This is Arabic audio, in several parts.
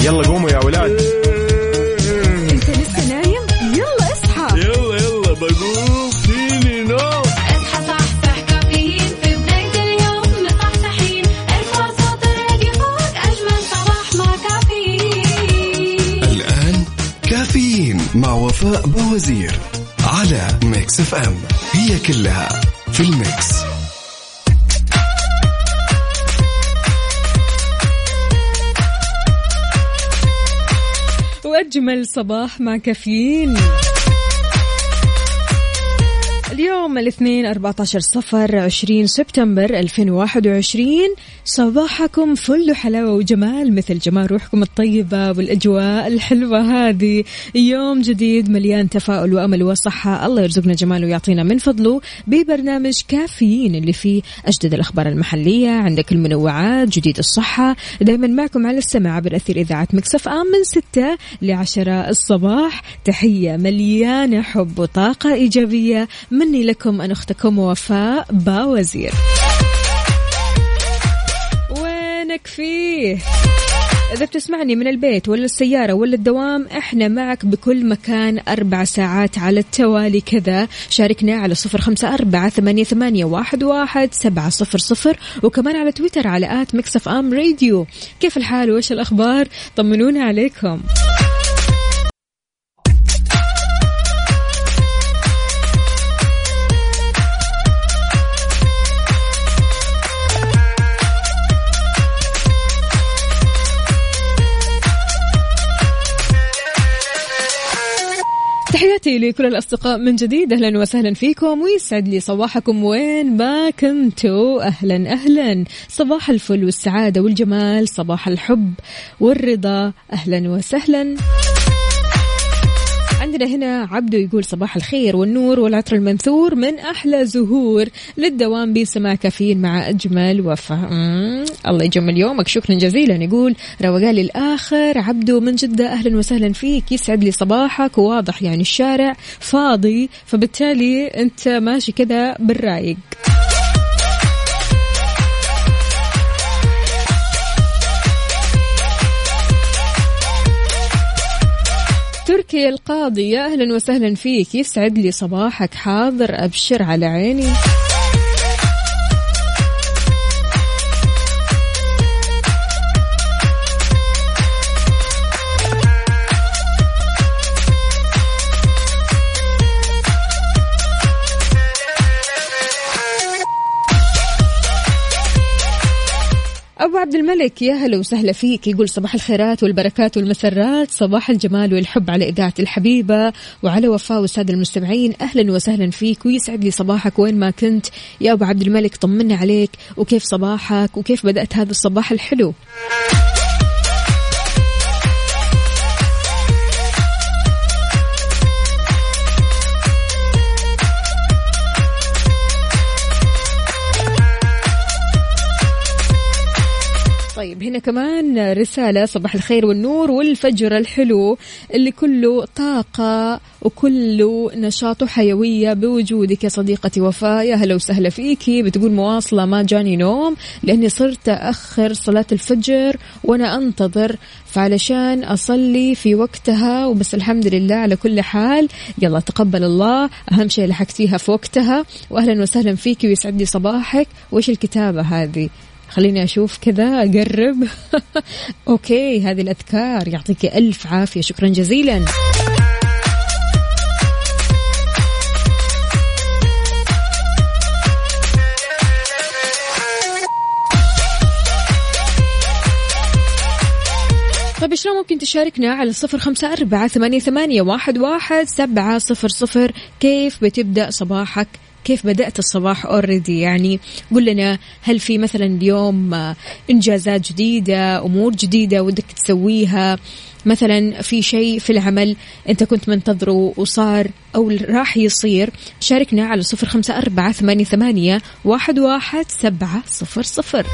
يلا قوموا يا ولاد. انت لسه نايم؟ يلا اصحى. يلا بقوم فيني نوم. اصحى صحصح كافيين في بداية اليوم مصحصحين. ارفع صوت الراديو فوق أجمل صباح مع كافيين. الآن كافيين مع وفاء بوزير على ميكس اف ام. هي كلها في الميكس. وأجمل صباح مع كافيين. اليوم الاثنين 14 صفر 20 سبتمبر 2021. صباحكم فل حلاوة وجمال مثل جمال روحكم الطيبة والأجواء الحلوة هذه. يوم جديد مليان تفاؤل وأمل وصحة. الله يرزقنا جماله ويعطينا من فضله ببرنامج كافيين اللي فيه أجدد الأخبار المحلية، عندك المنوعات، جديد الصحة، دايما معكم على السماع عبر أثير إذاعة ميكس اف ام من 6 ل10 الصباح. تحية مليانة حب وطاقة إيجابية مني لكم، أنا أختكم وفاء باوزير. وينك فيه؟ إذا بتسمعني من البيت ولا السيارة ولا الدوام، إحنا معك بكل مكان 4 ساعات على التوالي كذا. شاركنا على 0548811700 وكمان على تويتر على @mixfmradio. كيف الحال وإيش الأخبار؟ طمنونا عليكم. تحياتي لكل الأصدقاء من جديد، أهلا وسهلا فيكم ويسعد لي صباحكم وين ما كنتوا. أهلا صباح الفل والسعادة والجمال، صباح الحب والرضا، أهلا وسهلا. عندنا هنا عبدو يقول صباح الخير والنور والعطر المنثور من أحلى زهور للدوام بسماع كافيين مع أجمل وفاء. الله يجمل يومك، شكرا جزيلا. يقول روقالي الآخر عبدو من جدة، أهلا وسهلا فيك، يسعد لي صباحك. وواضح يعني الشارع فاضي، فبالتالي أنت ماشي كذا بالرايق. تركي القاضي يا أهلا وسهلا فيك، يسعد لي صباحك. حاضر أبشر على عيني. أبو عبد الملك يا هلا وسهلا فيك، يقول صباح الخيرات والبركات والمسرات، صباح الجمال والحب على إذاعة الحبيبة وعلى وفاء والسادة المستمعين. أهلا وسهلا فيك ويسعد لي صباحك وين ما كنت يا أبو عبد الملك. طمنا عليك وكيف صباحك وكيف بدأت هذا الصباح الحلو. طيب هنا كمان رسالة، صباح الخير والنور والفجر الحلو اللي كله طاقة وكله نشاط وحيوية بوجودك يا صديقتي وفاء. يا هلا وسهلا فيكي. بتقول مواصلة ما جاني نوم لأني صرت أخر صلاة الفجر وأنا أنتظر، فعلشان أصلي في وقتها وبس. الحمد لله على كل حال، يلا تقبل الله، أهم شيء لحقتيها في وقتها. وأهلا وسهلا فيكي ويسعد لي صباحك. وإيش الكتابة هذه؟ خليني أشوف كذا أقرب. أوكي، هذه الأذكار. يعطيك ألف عافية، شكرا جزيلا. طيب إيش ممكن تشاركنا على 0548811700. كيف بتبدأ صباحك؟ كيف بدأت الصباح أوريدي؟ يعني قل لنا، هل في مثلا اليوم إنجازات جديدة، أمور جديدة ودك تسويها؟ مثلا في شيء في العمل أنت كنت منتظره وصار أو راح يصير. شاركنا على 0548811700.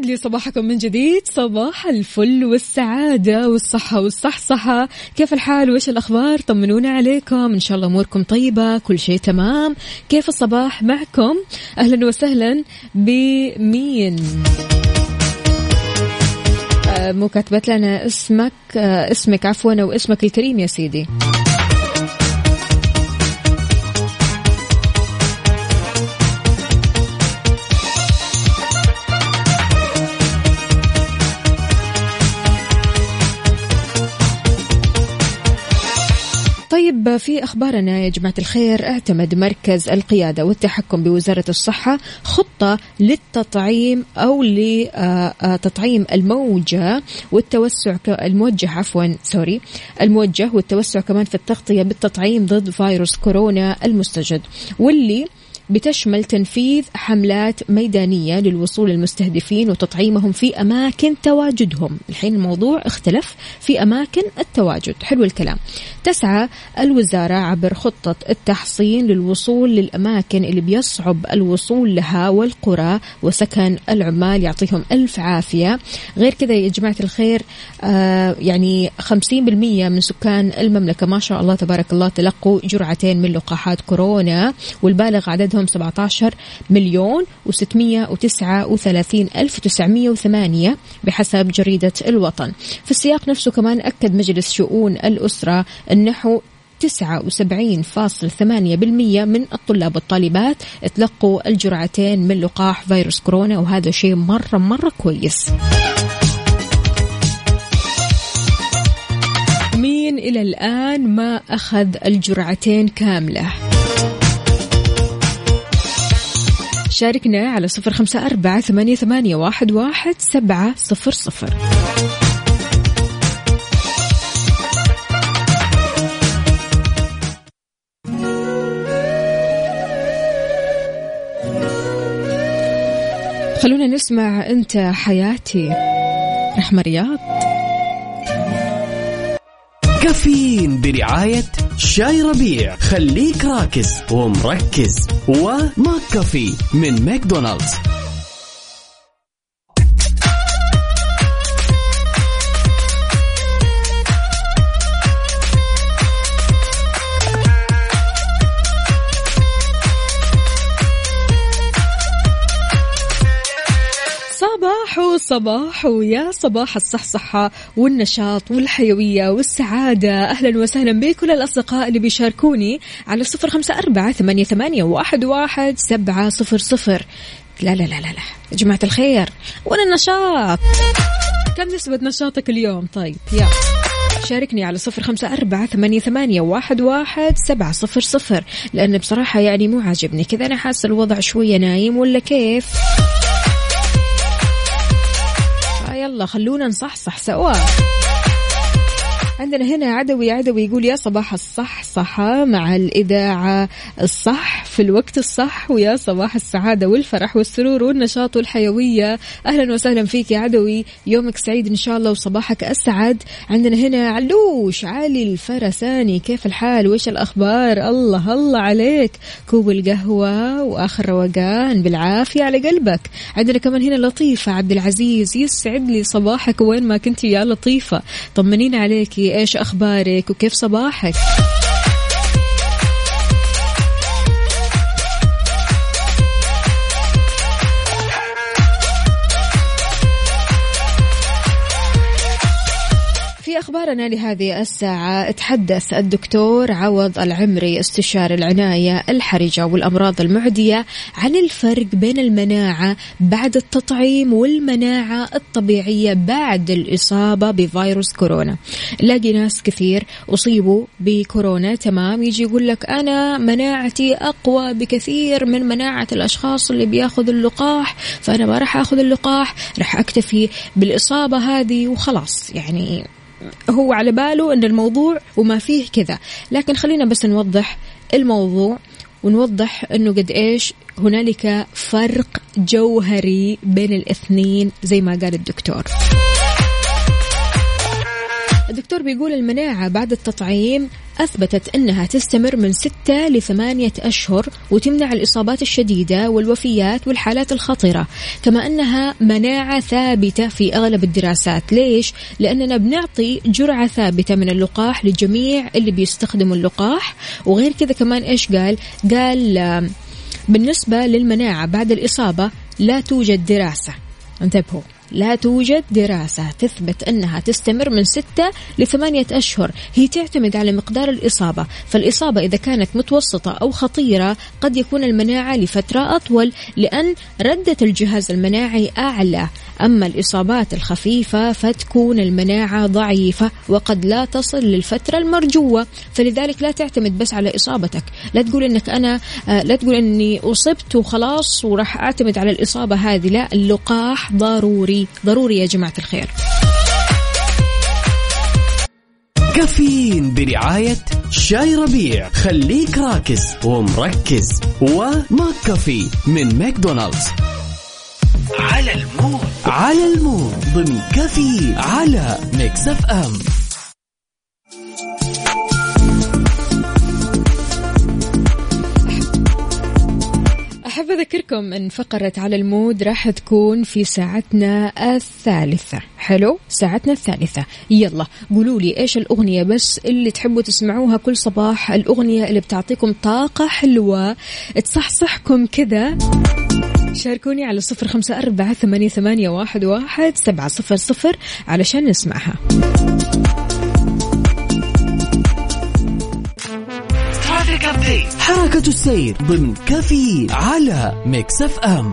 لي صباحكم من جديد، صباح الفل والسعادة والصحة والصحصحة. كيف الحال وإيش الأخبار؟ طمنونا عليكم، إن شاء الله أموركم طيبة، كل شيء تمام. كيف الصباح معكم؟ أهلا وسهلا بمين؟ مو كاتبت لنا اسمك عفوا، واسمك الكريم يا سيدي. طيب، في أخبارنا يا جماعة الخير، اعتمد مركز القيادة والتحكم بوزارة الصحة خطة للتطعيم أو لتطعيم الموجة والتوسع الموجه والتوسع كمان في التغطية بالتطعيم ضد فيروس كورونا المستجد، واللي بتشمل تنفيذ حملات ميدانية للوصول للمستهدفين وتطعيمهم في أماكن تواجدهم. الحين الموضوع اختلف في أماكن التواجد. حلو الكلام. تسعى الوزارة عبر خطة التحصين للوصول للأماكن اللي بيصعب الوصول لها والقرى وسكن العمال، يعطيهم ألف عافية. غير كذا يا جماعة الخير، يعني 50% من سكان المملكة ما شاء الله تبارك الله تلقوا جرعتين من لقاحات كورونا، والبالغ عددهم 17,639,908 بحسب جريدة الوطن. في السياق نفسه كمان أكد مجلس شؤون الأسرة أنه 79.8% من الطلاب والطالبات تلقوا الجرعتين من لقاح فيروس كورونا، وهذا شيء مرة كويس. مين إلى الآن ما أخذ الجرعتين كاملة؟ شاركنا على 0548811700. خلونا نسمع أنت حياتي، رحمة رياض. كافيين برعاية شاي ربيع، خليك راكز ومركز، وماك كافي من ماكدونالدز. صباح ويا صباح الصحصحة والنشاط والحيوية والسعادة. أهلا وسهلا بكل الأصدقاء اللي بيشاركوني على 0548811700. لا لا لا لا لا يا جماعة الخير، وأنا النشاط. كم نسبة نشاطك اليوم؟ طيب يا شاركني على 0548811700، لأن بصراحة يعني مو عاجبني كذا، أنا حاسة الوضع شوية نايم ولا كيف؟ يلا خلونا نصحصح سوا. عندنا هنا عدوي يقول يا صباح الصحصحة مع الإذاعة الصح في الوقت الصح، ويا صباح السعادة والفرح والسرور والنشاط والحيوية. أهلا وسهلا فيك يا عدوي، يومك سعيد إن شاء الله وصباحك أسعد. عندنا هنا علوش علي الفرساني، كيف الحال وإيش الأخبار؟ الله الله عليك، كوب القهوة وآخر روقان بالعافية على قلبك. عندنا كمان هنا لطيفة عبد العزيز، يسعد لي صباحك وين ما كنتي يا لطيفة، طمنين عليكي، إيش أخبارك وكيف صباحك؟ في أخبارنا لهذه الساعة، تحدث الدكتور عوض العمري استشاري العناية الحرجة والأمراض المعدية عن الفرق بين المناعة بعد التطعيم والمناعة الطبيعية بعد الإصابة بفيروس كورونا. لاقي ناس كثير أصيبوا بكورونا تمام، يجي يقول لك أنا مناعتي أقوى بكثير من مناعة الأشخاص اللي بياخذ اللقاح، فأنا ما راح أخذ اللقاح، راح أكتفي بالإصابة هذه وخلاص. يعني هو على باله أن الموضوع وما فيه كذا، لكن خلينا بس نوضح الموضوع ونوضح أنه قد إيش هنالك فرق جوهري بين الاثنين زي ما قال الدكتور. الدكتور بيقول المناعة بعد التطعيم أثبتت أنها تستمر من 6 ل 8 أشهر وتمنع الإصابات الشديدة والوفيات والحالات الخطرة، كما أنها مناعة ثابتة في أغلب الدراسات. ليش؟ لأننا بنعطي جرعة ثابتة من اللقاح لجميع اللي بيستخدموا اللقاح. وغير كذا كمان إيش قال بالنسبة للمناعة بعد الإصابة لا توجد دراسة، انتبهوا، لا توجد دراسة تثبت أنها تستمر من 6 ل 8 أشهر. هي تعتمد على مقدار الإصابة، فالإصابة إذا كانت متوسطة أو خطيرة قد يكون المناعة لفترة أطول لأن ردة الجهاز المناعي أعلى. أما الإصابات الخفيفة فتكون المناعة ضعيفة وقد لا تصل للفترة المرجوة. فلذلك لا تعتمد بس على إصابتك، لا تقول إنك لا تقول إني أصبت وخلاص وراح أعتمد على الإصابة هذه. لا، اللقاح ضروري يا جماعة الخير. كافيين برعاية شاي ربيع، خليك راكز ومركز، وماك كافي من ماكدونالدز. على المود ضمن كافيين على ميكس اف ام. أحب أذكركم أن فقرة على المود راح تكون في ساعتنا الثالثة. حلو، ساعتنا الثالثة. يلا قولوا لي إيش الأغنية بس اللي تحبوا تسمعوها كل صباح، الأغنية اللي بتعطيكم طاقة حلوة تصحصحكم كذا. شاركوني على 0548811700 علشان نسمعها. حركة السير ضمن كافيين على ميكس اف ام.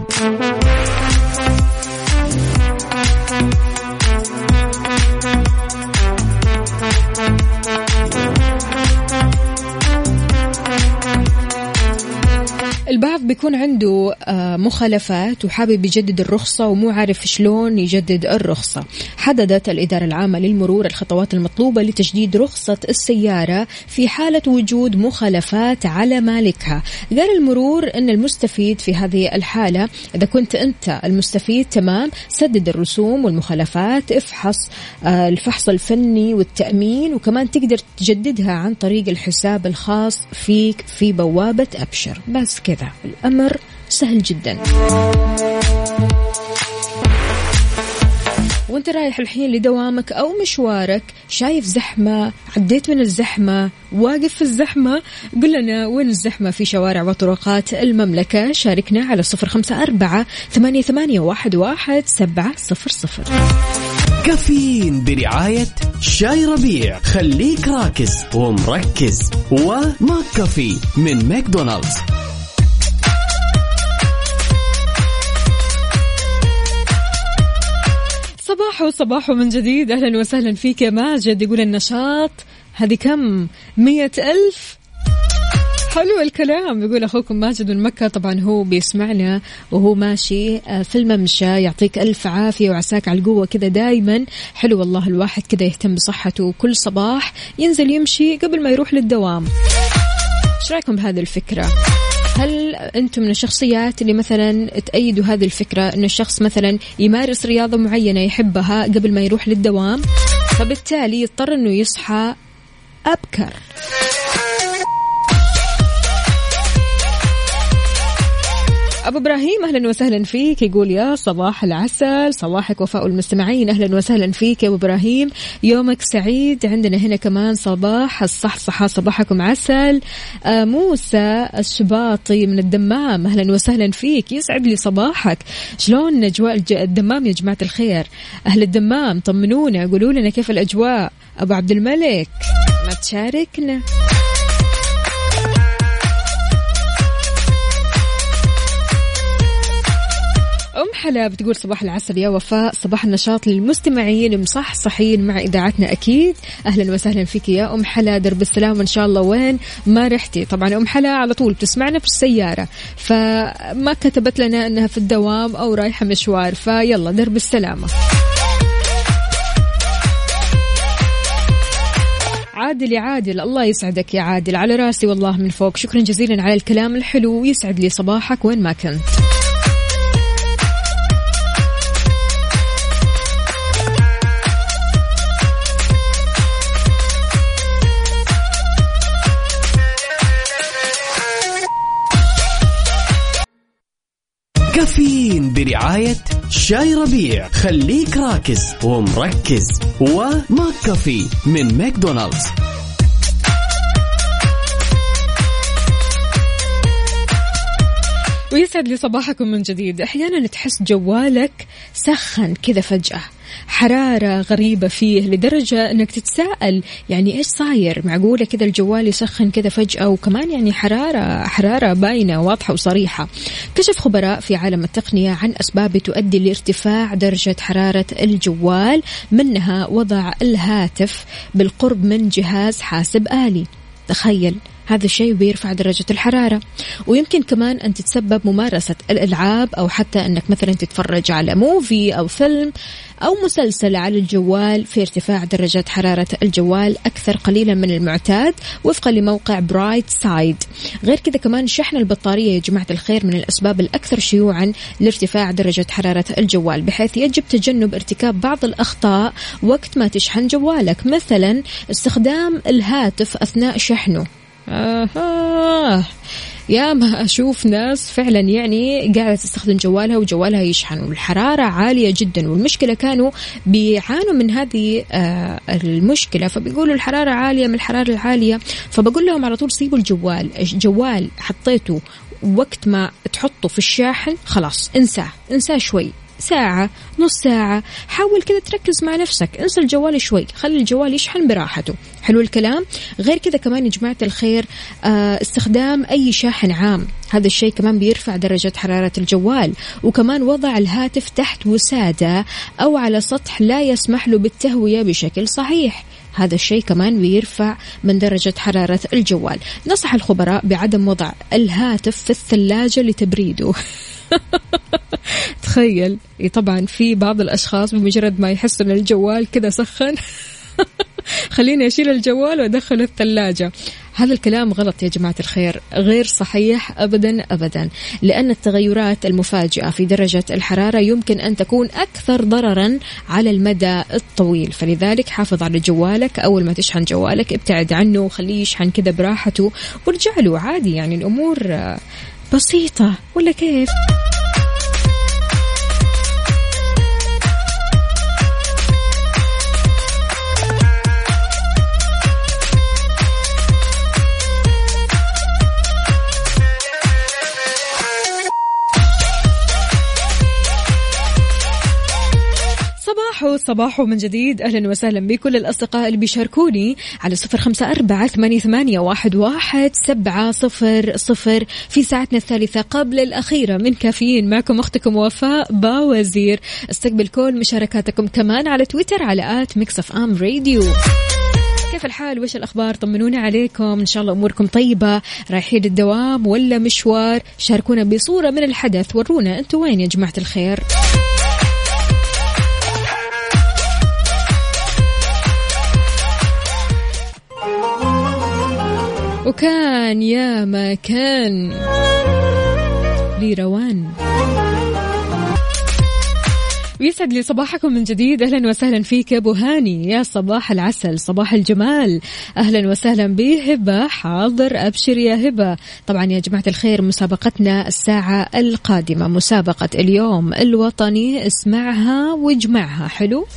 البعض بيكون عنده مخالفات وحابب يجدد الرخصة ومو عارف شلون يجدد الرخصة. حددت الإدارة العامة للمرور الخطوات المطلوبة لتجديد رخصة السيارة في حالة وجود مخالفات على مالكها. قال المرور أن المستفيد في هذه الحالة، إذا كنت أنت المستفيد تمام، سدد الرسوم والمخالفات، افحص الفحص الفني والتأمين، وكمان تقدر تجددها عن طريق الحساب الخاص فيك في بوابة أبشر. بس كذا الأمر سهل جدا. وانت رايح الحين لدوامك أو مشوارك، شايف زحمة، عديت من الزحمة، واقف في الزحمة، قل لنا وين الزحمة في شوارع وطرقات المملكة. شاركنا على 0548811700. كافيين برعاية شاي ربيع، خليك راكز ومركز، وماك كافي من ماكدونالدز. صباح من جديد. أهلا وسهلا فيك يا ماجد. يقول النشاط هذه كم 100,000. حلو الكلام. يقول أخوكم ماجد من مكة، طبعا هو بيسمعنا وهو ماشي في الممشى. يعطيك ألف عافية وعساك على القوة كذا دايما. حلو والله الواحد كذا يهتم بصحته، كل صباح ينزل يمشي قبل ما يروح للدوام. ايش رايكم بهذه الفكرة؟ هل أنتم من الشخصيات اللي مثلا تأيدوا هذه الفكرة أن الشخص مثلا يمارس رياضة معينة يحبها قبل ما يروح للدوام، فبالتالي يضطر أنه يصحى أبكر؟ أبو إبراهيم أهلا وسهلا فيك. يقول يا صباح العسل، صباحك وفاء المستمعين. أهلا وسهلا فيك يا أبو إبراهيم، يومك سعيد. عندنا هنا كمان صباح الصحصحة، صباحكم عسل. موسى الشباطي من الدمام أهلا وسهلا فيك، يسعد لي صباحك. شلون أجواء الدمام يا جماعة الخير؟ أهل الدمام طمنونا، قولوا لنا كيف الأجواء. أبو عبد الملك ما تشاركنا؟ أم حلا بتقول صباح العسل يا وفاء، صباح النشاط للمستمعين مصحصحين مع إذاعتنا أكيد. أهلا وسهلا فيك يا أم حلا، درب السلام إن شاء الله وين ما رحتي. طبعا أم حلا على طول بتسمعنا في السيارة، فما كتبت لنا أنها في الدوام أو رايحة مشوار، فيلا درب السلامة. عادل يا عادل، الله يسعدك يا عادل، على راسي والله من فوق. شكرا جزيلا على الكلام الحلو، ويسعد لي صباحك وين ما كنت. برعاية شاي ربيع خليك راكز ومركز، وماك كافي من ماكدونالدز. ويسعد لي صباحكم من جديد. أحيانا تحس جوالك سخن كذا فجأة، حرارة غريبة فيه لدرجة أنك تتساءل يعني إيش صاير، معقولة كذا الجوال يسخن كذا فجأة، وكمان يعني حرارة باينة واضحة وصريحة. كشف خبراء في عالم التقنية عن أسباب تؤدي لارتفاع درجة حرارة الجوال، منها وضع الهاتف بالقرب من جهاز حاسب آلي. تخيل هذا الشيء بيرفع درجة الحرارة. ويمكن كمان أن تتسبب ممارسة الألعاب، أو حتى أنك مثلا تتفرج على موفي أو فيلم أو مسلسل على الجوال في ارتفاع درجة حرارة الجوال أكثر قليلا من المعتاد، وفقا لموقع برايت سايد. غير كذا كمان شحن البطارية يا جماعة الخير من الأسباب الأكثر شيوعا لارتفاع درجة حرارة الجوال، بحيث يجب تجنب ارتكاب بعض الأخطاء وقت ما تشحن جوالك، مثلا استخدام الهاتف أثناء شحنه. يا ما أشوف ناس فعلا يعني قاعدة تستخدم جوالها وجوالها يشحن والحرارة عالية جدا، والمشكلة كانوا بيعانوا من هذه المشكلة، فبيقولوا الحرارة عالية من الحرارة العالية. فبقول لهم على طول سيبوا الجوال حطيته وقت ما تحطه في الشاحن خلاص انساه شوي، ساعة نص ساعة، حاول كذا تركز مع نفسك، انسى الجوال شوي، خلي الجوال يشحن براحته. حلو الكلام. غير كذا كمان يا جماعة الخير استخدام أي شاحن عام، هذا الشيء كمان بيرفع درجة حرارة الجوال. وكمان وضع الهاتف تحت وسادة أو على سطح لا يسمح له بالتهوية بشكل صحيح، هذا الشيء كمان بيرفع من درجة حرارة الجوال. نصح الخبراء بعدم وضع الهاتف في الثلاجة لتبريده. تخيل طبعا في بعض الأشخاص بمجرد ما يحس أن الجوال كذا سخن خليني أشيل الجوال وأدخل الثلاجة. هذا الكلام غلط يا جماعة الخير، غير صحيح أبدا أبدا، لأن التغيرات المفاجئة في درجة الحرارة يمكن أن تكون أكثر ضررا على المدى الطويل. فلذلك حافظ على جوالك، أول ما تشحن جوالك ابتعد عنه وخليه يشحن كذا براحته وارجع له عادي، يعني الأمور بسيطة ولا كيف؟ صباحو من جديد. أهلا وسهلا بكل الأصدقاء اللي بيشاركوني على 0548811700 في ساعتنا الثالثة قبل الأخيرة من كافيين. معكم أختكم وفاء باوزير. استقبل كل مشاركاتكم كمان على تويتر على @mixfmradio. كيف الحال وإيش الأخبار؟ طمنونا عليكم، إن شاء الله أموركم طيبة، رايحين الدوام ولا مشوار؟ شاركونا بصورة من الحدث، ورونا أنتوا وين يا جماعة الخير. وكان يا ما كان لي روان. ويسعد لي صباحكم من جديد. أهلا وسهلا فيك أبو هاني، يا صباح العسل، صباح الجمال. أهلا وسهلا بهبة، حاضر أبشر يا هبة. طبعا يا جماعة الخير مسابقتنا الساعة القادمة مسابقة اليوم الوطني، اسمعها واجمعها. حلو.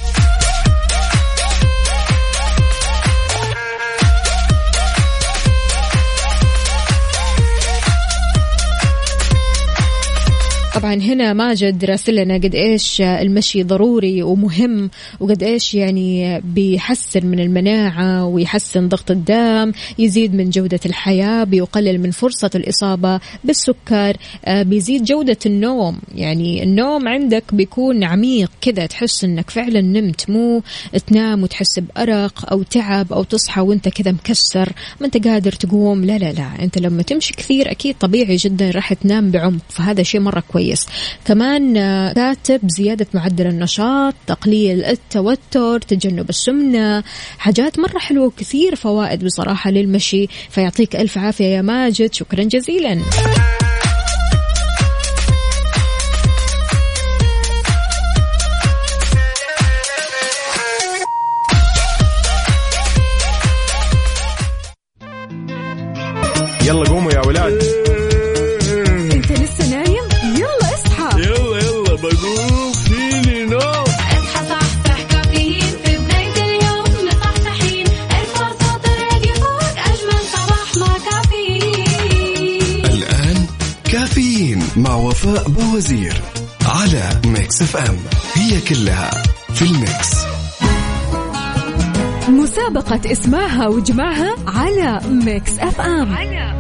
طبعا هنا ماجد راسل لنا قد إيش المشي ضروري ومهم، وقد إيش يعني بيحسن من المناعة ويحسن ضغط الدم، يزيد من جودة الحياة، بيقلل من فرصة الإصابة بالسكر، بيزيد جودة النوم، يعني النوم عندك بيكون عميق كذا، تحس إنك فعلا نمت، مو تنام وتحس بأرق أو تعب أو تصحى وانت كذا مكسر ما انت قادر تقوم. لا لا لا، انت لما تمشي كثير أكيد طبيعي جدا راح تنام بعمق، فهذا شيء مرة كويس. كمان كاتب زيادة معدل النشاط، تقليل التوتر، تجنب السمنة، حاجات مرة حلوة وكثير فوائد بصراحة للمشي. فيعطيك ألف عافية يا ماجد، شكرا جزيلا. يلا قوموا يا ولاد. انت لسه نايم؟ يلا اصحى. يلا مع وفاء بوزير على ميكس اف ام. هي كلها في الميكس. مسابقة اسمعها وجمعها على ميكس اف ام.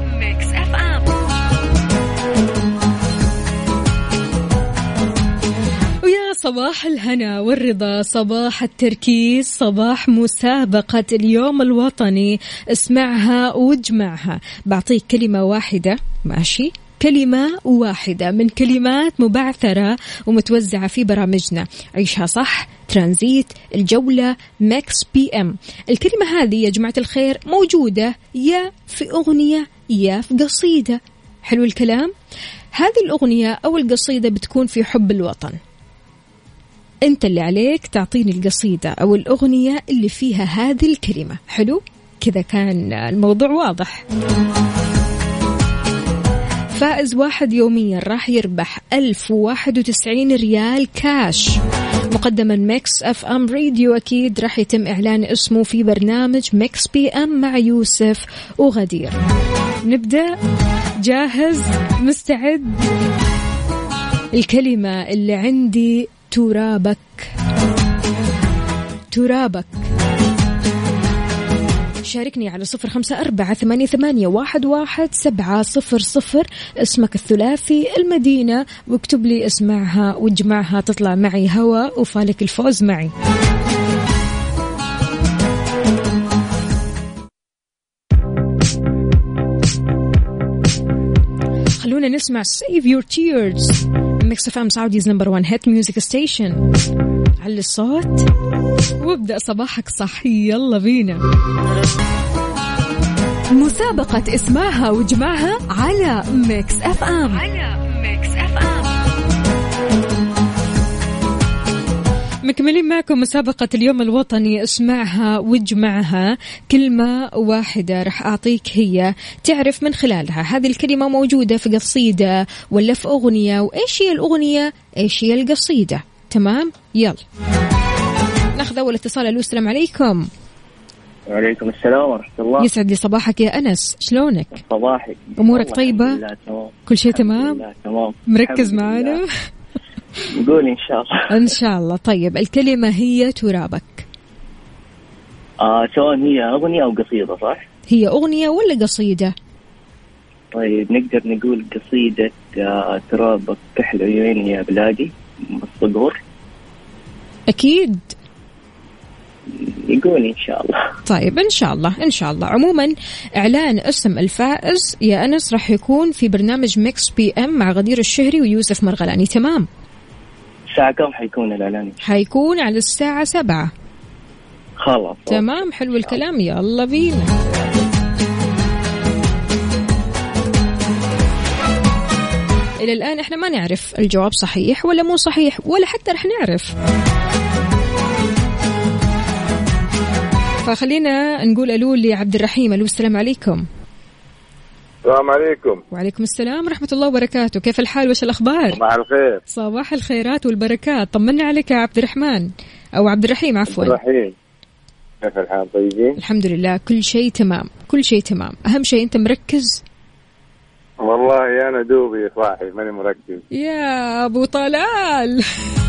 ويا صباح الهنا والرضا، صباح التركيز، صباح مسابقة اليوم الوطني اسمعها وجمعها. بعطيك كلمة واحدة، ماشي؟ كلمة واحدة من كلمات مبعثرة ومتوزعة في برامجنا عيشها صح، ترانزيت، الجولة، ميكس بي ام. الكلمة هذه يا جماعة الخير موجودة يا في أغنية يا في قصيدة. حلو الكلام؟ هذه الأغنية أو القصيدة بتكون في حب الوطن. أنت اللي عليك تعطيني القصيدة أو الأغنية اللي فيها هذه الكلمة. حلو؟ كذا كان الموضوع واضح. فائز واحد يوميا راح يربح 1091 ريال كاش مقدما ميكس اف ام راديو. أكيد راح يتم إعلان اسمه في برنامج ميكس بي ام مع يوسف وغدير. نبدأ؟ جاهز؟ مستعد؟ الكلمة اللي عندي ترابك. ترابك. شاركني على 0548811700. اسمك الثلاثي، المدينة، واكتب لي اسمعها وجمعها. تطلع معي هوا وفالك الفوز معي. خلونا نسمع Save Your Tears. Mix FM Saudi's number one hit music station. على الصوت وابدأ صباحك صح. يلا بينا. مسابقة اسمعها وجمعها على ميكس اف ام. مكملين معكم مسابقة اليوم الوطني اسمعها وجمعها. كلمة واحدة رح أعطيك هي تعرف من خلالها هذه الكلمة موجودة في قصيدة ولا في أغنية، وإيش هي الأغنية إيش هي القصيدة. تمام؟ يلا ناخذ أول اتصال. ألو السلام عليكم. وعليكم السلام ورحمة الله. يسعد لي صباحك يا أنس، شلونك؟ صباحك. أمورك طيبة؟ كل شيء تمام؟ تمام. مركز معنا؟ نقول إن شاء الله. إن شاء الله. طيب الكلمة هي ترابك. سواء هي أغنية أو قصيدة صح؟ هي أغنية ولا قصيدة؟ طيب نقدر نقول قصيدة ترابك كحل عيوني يا بلادي الصقور. أكيد يقول إن شاء الله. طيب إن شاء الله إن شاء الله. عموما إعلان اسم الفائز يا أنس راح يكون في برنامج ميكس بي ام مع غدير الشهري ويوسف مرغلاني. تمام؟ الساعة كم حيكون الإعلان؟ حيكون على الساعة 7. خلاص تمام. حلو الكلام. يلا بينا. إلى الآن إحنا ما نعرف الجواب صحيح ولا مو صحيح ولا حتى رح نعرف، فخلينا نقول ألو لعبد الرحيم. ألو السلام عليكم. السلام عليكم. وعليكم السلام ورحمة الله وبركاته. كيف الحال وش الأخبار؟ صباح الخير. صباح الخيرات والبركات. طمنا عليك يا عبد الرحمن أو عبد الرحيم عفوا. عبد الرحيم. كيف الحال؟ طيبين؟ الحمد لله كل شيء تمام كل شيء تمام. أهم شيء أنت مركز. والله أنا دوبي صاحي ماني مركز. يا أبو طلال.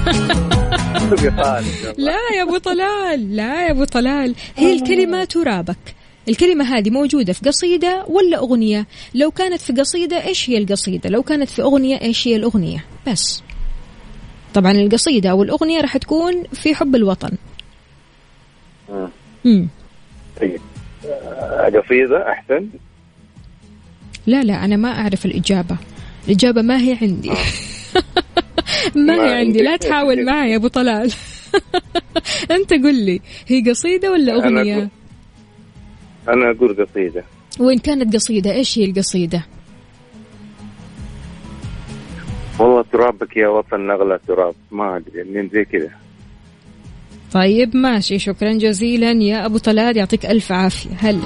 لا يا أبو طلال لا يا أبو طلال. هي الكلمة ترابك. الكلمة هذه موجودة في قصيدة ولا أغنية؟ لو كانت في قصيدة إيش هي القصيدة؟ لو كانت في أغنية إيش هي الأغنية؟ بس طبعا القصيدة أو الأغنية راح تكون في حب الوطن. طيب قصيدة أحسن. لا أنا ما أعرف الإجابة. الإجابة ما هي عندي. ما هي عندي. لا تحاول معي يا أبو طلال. أنت قل لي هي قصيدة ولا أغنية؟ أنا أقول قصيدة. وإن كانت قصيدة إيش هي القصيدة؟ والله ترابك يا وطن نغلى تراب، ما أدري إني زي كذا. طيب ماشي، شكرا جزيلا يا أبو طلال، يعطيك ألف عافية. هل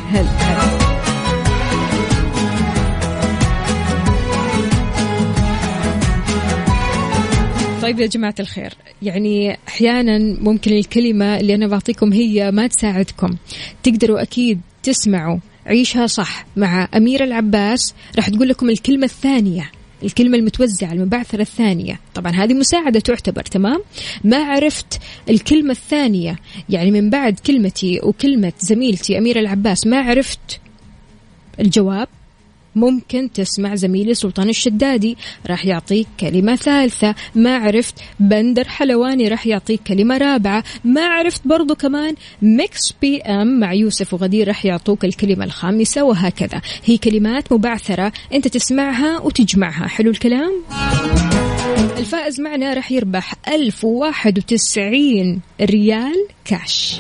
طيب يا جماعة الخير، يعني أحيانا ممكن الكلمة اللي أنا بعطيكم هي ما تساعدكم. تقدروا أكيد تسمعوا عيشها صح مع أميرة العباس، راح تقول لكم الكلمة الثانية الكلمة المتوزعة المبعثرة الثانية، طبعا هذه مساعدة تعتبر. تمام. ما عرفت الكلمة الثانية، يعني من بعد كلمتي وكلمة زميلتي أميرة العباس ما عرفت الجواب، ممكن تسمع زميلي سلطان الشدادي راح يعطيك كلمة ثالثة. ما عرفت بندر حلواني راح يعطيك كلمة رابعة. ما عرفت برضو كمان ميكس بي ام مع يوسف وغدير راح يعطوك الكلمة الخامسة، وهكذا. هي كلمات مبعثرة انت تسمعها وتجمعها. حلو الكلام. الفائز معنا راح يربح 1091 ريال كاش.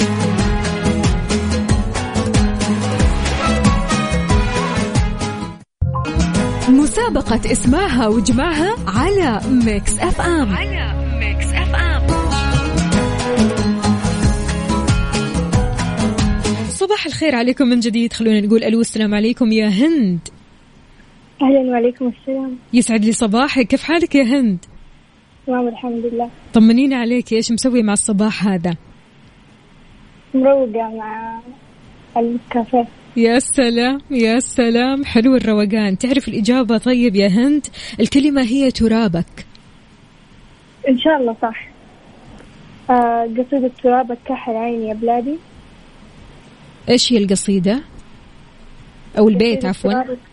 مسابقة اسمعها وجمعها على ميكس اف ام. صباح الخير عليكم من جديد. خلونا نقول الو. السلام عليكم يا هند. أهلا وعليكم السلام. يسعد لي صباحك. كيف حالك يا هند؟ تمام الحمد لله. طمنينا عليك، ايش مسوي مع الصباح هذا؟ مروقة مع الكافيه. يا سلام يا سلام، حلو الروقان. تعرف الإجابة طيب يا هند؟ الكلمة هي ترابك. إن شاء الله صح. قصيدة ترابك كحل عيني يا بلادي. إيش هي القصيدة أو البيت عفوا؟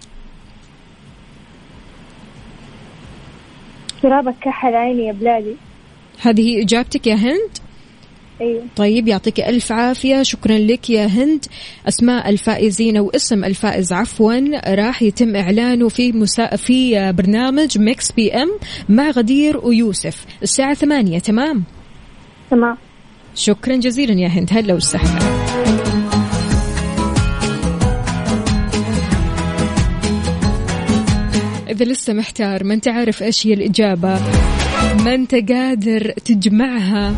ترابك كحل عيني يا بلادي. هذه إجابتك يا هند؟ أيوة. طيب يعطيك ألف عافية، شكرا لك يا هند. أسماء الفائزين أو اسم الفائز عفوا راح يتم إعلانه في برنامج ميكس بي ام مع غدير ويوسف الساعة 8. تمام؟ تمام. شكرا جزيلا يا هند. هلا وسهلا. إذا لسه محتار، ما أنت عارف إيش هي الإجابة، ما أنت قادر تجمعها،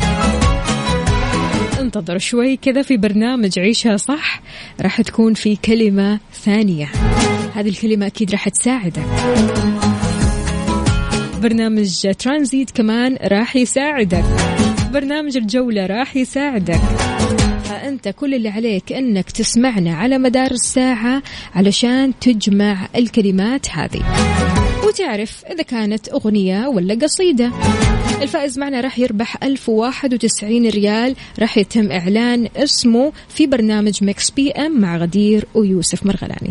انتظر شوي كذا في برنامج عيشها صح راح تكون في كلمة ثانية. هذه الكلمة أكيد راح تساعدك. برنامج ترانزيت كمان راح يساعدك. برنامج الجولة راح يساعدك. فأنت كل اللي عليك أنك تسمعنا على مدار الساعة علشان تجمع الكلمات هذه وتعرف إذا كانت أغنية ولا قصيدة. الفائز معنا راح يربح 1091 ريال، راح يتم إعلان اسمه في برنامج ميكس بي ام مع غدير ويوسف مرغلاني.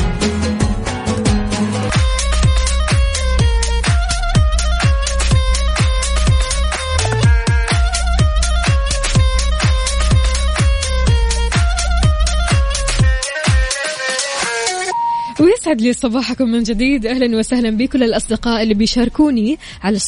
ويسعد لي صباحكم من جديد. أهلا وسهلا بكل الأصدقاء اللي بيشاركوني على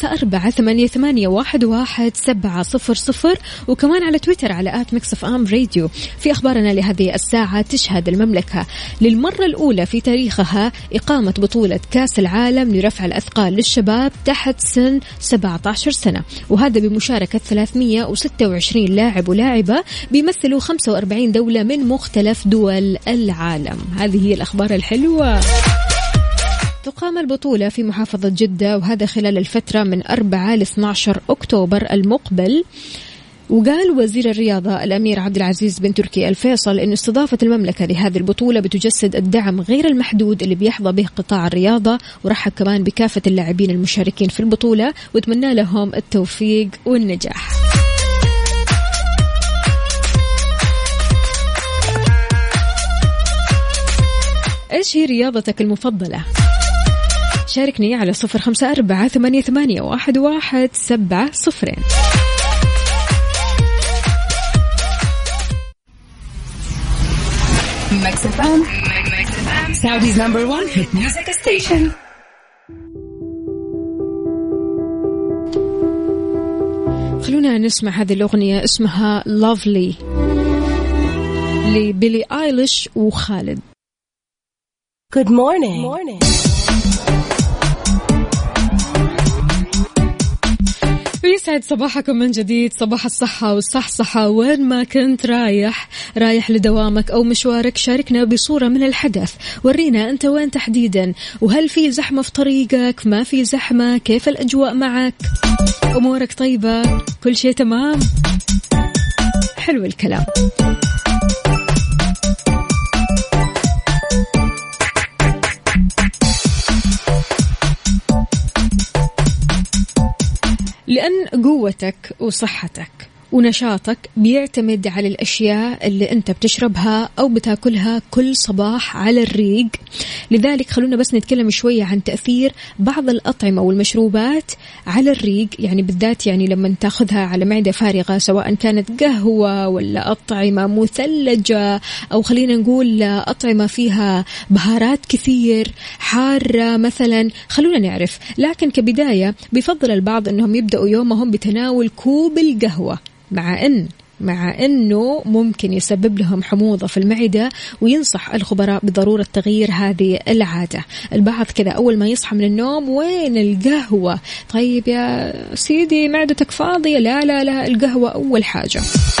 0548811700 وكمان على تويتر على @mixfamradio. في أخبارنا لهذه الساعة، تشهد المملكة للمرة الأولى في تاريخها إقامة بطولة كأس العالم لرفع الأثقال للشباب تحت سن 17 سنة، وهذا بمشاركة 326 لاعب ولاعبة بيمثلوا 45 دولة من مختلف دول العالم. هذه هي الأخبار الحلوة. تقام البطولة في محافظة جدة، وهذا خلال الفترة من 4 ل 12 أكتوبر المقبل. وقال وزير الرياضة الأمير عبد العزيز بن تركي الفيصل إن استضافة المملكة لهذه البطولة بتجسد الدعم غير المحدود اللي بيحظى به قطاع الرياضة، ورحب كمان بكافة اللاعبين المشاركين في البطولة وتمنى لهم التوفيق والنجاح. إيش هي رياضتك المفضلة؟ شاركني على 0548811700. Mix FM, Saudi's #1 hit music station. خلونا نسمع هذه الأغنية اسمها Lovely لبيلي آيليش وخالد. Good morning. ويسعد صباحكم من جديد، صباح الصحة والصحصحة. وين ما كنت رايح لدوامك أو مشوارك، شاركنا بصورة من الحدث. ورينا أنت وين تحديدا، وهل في زحمة في طريقك؟ ما في زحمة؟ كيف الأجواء معك؟ أمورك طيبة؟ كل شيء تمام؟ حلو الكلام. قوتك وصحتك ونشاطك بيعتمد على الأشياء اللي أنت بتشربها أو بتاكلها كل صباح على الريق. لذلك خلونا بس نتكلم شوية عن تأثير بعض الأطعمة والمشروبات على الريق، يعني بالذات يعني لما تاخذها على معدة فارغة، سواء كانت قهوة ولا أطعمة مثلجة أو خلينا نقول أطعمة فيها بهارات كثير حارة مثلا. خلونا نعرف، لكن كبداية بيفضل البعض أنهم يبدأوا يومهم بتناول كوب القهوة، مع أنه ممكن يسبب لهم حموضة في المعدة، وينصح الخبراء بضرورة تغيير هذه العادة. البعض كذا أول ما يصحى من النوم وين القهوة؟ طيب يا سيدي معدتك فاضية، لا القهوة أول حاجة.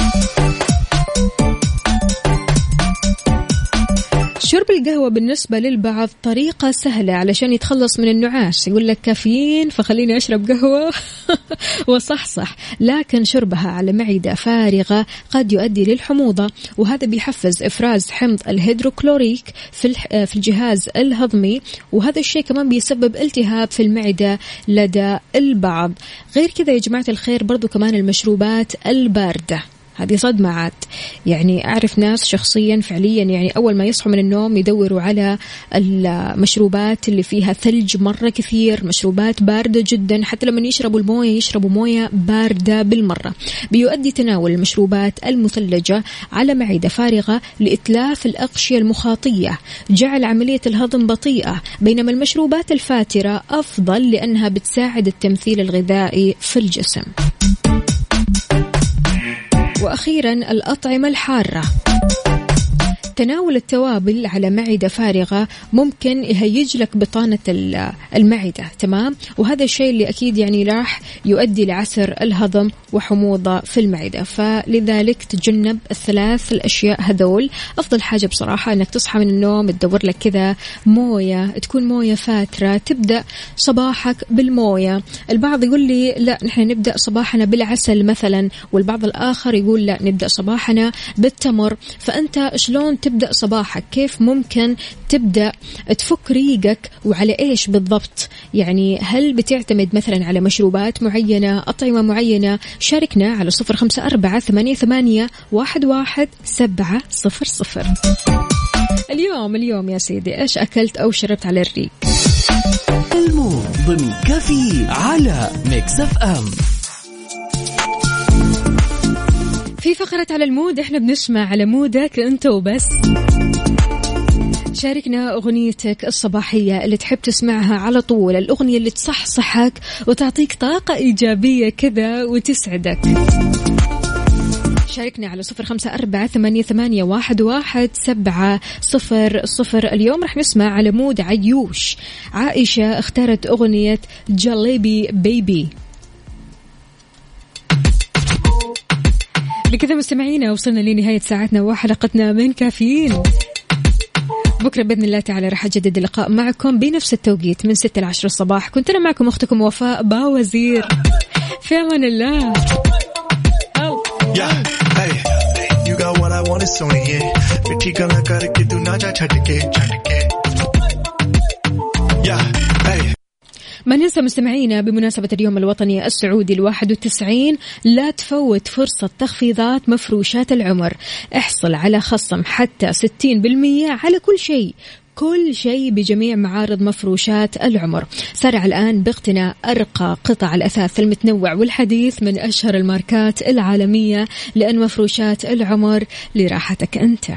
شرب القهوة بالنسبة للبعض طريقة سهلة علشان يتخلص من النعاس، يقول لك كافيين فخليني أشرب قهوة وصحصح، لكن شربها على معدة فارغة قد يؤدي للحموضة، وهذا بيحفز إفراز حمض الهيدروكلوريك في الجهاز الهضمي، وهذا الشيء كمان بيسبب التهاب في المعدة لدى البعض. غير كذا يا جماعة الخير برضو كمان المشروبات الباردة، هذه صدمة عاد. يعني أعرف ناس شخصيا فعليا يعني أول ما يصحوا من النوم يدوروا على المشروبات اللي فيها ثلج مرة كثير، مشروبات باردة جدا، حتى لما يشربوا الموية يشربوا موية باردة بالمرة. بيؤدي تناول المشروبات المثلجة على معدة فارغة لإتلاف الأغشية المخاطية، جعل عملية الهضم بطيئة، بينما المشروبات الفاترة أفضل لأنها بتساعد التمثيل الغذائي في الجسم. وأخيرا الأطعمة الحارة، تناول التوابل على معدة فارغة ممكن يهيج لك بطانة المعدة، تمام؟ وهذا الشيء اللي أكيد يعني راح يؤدي لعسر الهضم وحموضة في المعدة، فلذلك تجنب الثلاث الأشياء هذول. أفضل حاجة بصراحة أنك تصحى من النوم تدور لك كذا موية، تكون موية فاترة، تبدأ صباحك بالموية. البعض يقول لي لا نحن نبدأ صباحنا بالعسل مثلا، والبعض الآخر يقول لا نبدأ صباحنا بالتمر. فأنت شلون تبدأ صباحك؟ كيف ممكن تبدأ تفك ريقك وعلى إيش بالضبط؟ يعني هل بتعتمد مثلا على مشروبات معينة، أطعمة معينة؟ شاركنا على 0548811700. اليوم يا سيدي إيش أكلت أو شربت على الريق؟ المود ضمن كافيين على ميكس اف ام. في فقرة على المود احنا بنسمع على مودك انت وبس. شاركنا أغنيتك الصباحية اللي تحب تسمعها على طول، الأغنية اللي تصحصحك وتعطيك طاقة إيجابية كذا وتسعدك. شاركنا على 0548811700. اليوم رح نسمع على مود عيوش. عائشة اختارت أغنية جليبي بيبي. بكذا مستمعينا وصلنا لنهاية ساعتنا وحلقتنا من كافيين. بكرة بإذن الله تعالى رح أجدد اللقاء معكم بنفس التوقيت من 6 ل 10 الصباح. كنت أنا معكم أختكم وفاء باوزير، في أمان الله. ما ننسى مستمعينا بمناسبة اليوم الوطني السعودي 91 لا تفوت فرصة تخفيضات مفروشات العمر. احصل على خصم حتى 60% على كل شيء بجميع معارض مفروشات العمر. سارع الآن باقتناء أرقى قطع الأثاث المتنوع والحديث من أشهر الماركات العالمية، لأن مفروشات العمر لراحتك أنت.